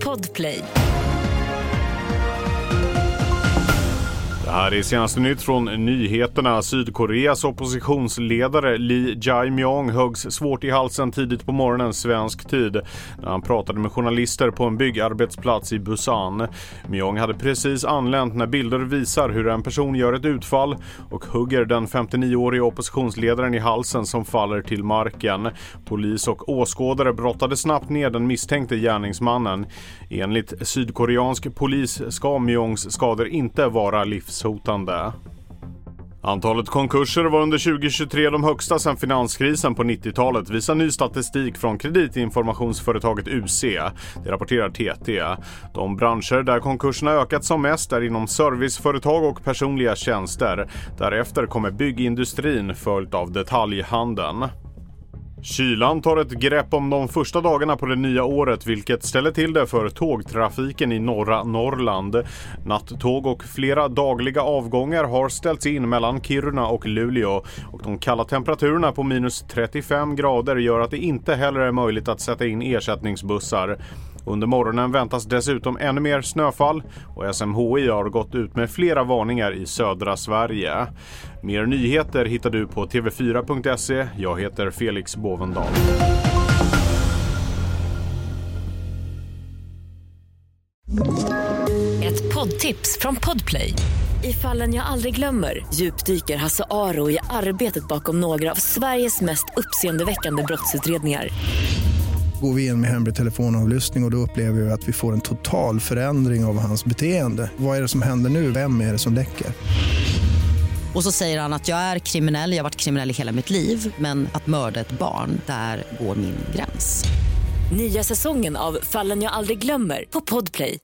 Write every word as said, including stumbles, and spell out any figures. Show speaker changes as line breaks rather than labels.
Podplay.
Det här är senaste nytt från nyheterna. Sydkoreas oppositionsledare Lee Jae-myung höggs svårt i halsen tidigt på morgonen svensk tid när han pratade med journalister på en byggarbetsplats i Busan. Myung hade precis anlänt när bilder visar hur en person gör ett utfall och hugger den femtionio-åriga oppositionsledaren i halsen som faller till marken. Polis och åskådare brottade snabbt ner den misstänkte gärningsmannen. Enligt sydkoreansk polis ska Myungs skador inte vara livshotande. Antalet konkurser var under tjugohundratjugotre de högsta sedan finanskrisen på nittiotalet, visar ny statistik från kreditinformationsföretaget U C. Det rapporterar T T. De branscher där konkurserna ökat som mest är inom serviceföretag och personliga tjänster. Därefter kommer byggindustrin följt av detaljhandeln. Kylan tar ett grepp om de första dagarna på det nya året, vilket ställer till det för tågtrafiken i norra Norrland. Nattåg och flera dagliga avgångar har ställts in mellan Kiruna och Luleå och de kalla temperaturerna på minus trettiofem grader gör att det inte heller är möjligt att sätta in ersättningsbussar. Under morgonen väntas dessutom ännu mer snöfall och S M H I har gått ut med flera varningar i södra Sverige. Mer nyheter hittar du på t v fyra punkt se. Jag heter Felix Bovendal.
Ett poddtips från Podplay. I Fallen jag aldrig glömmer djupdyker Hasse Aro i arbetet bakom några av Sveriges mest uppseendeväckande brottsutredningar.
Går vi in med hemlig telefonavlyssning och då upplever vi att vi får en total förändring av hans beteende. Vad är det som händer nu? Vem är det som läcker?
Och så säger han att jag är kriminell, jag har varit kriminell i hela mitt liv. Men att mörda ett barn, där går min gräns.
Nya säsongen av Fallen jag aldrig glömmer på Podplay.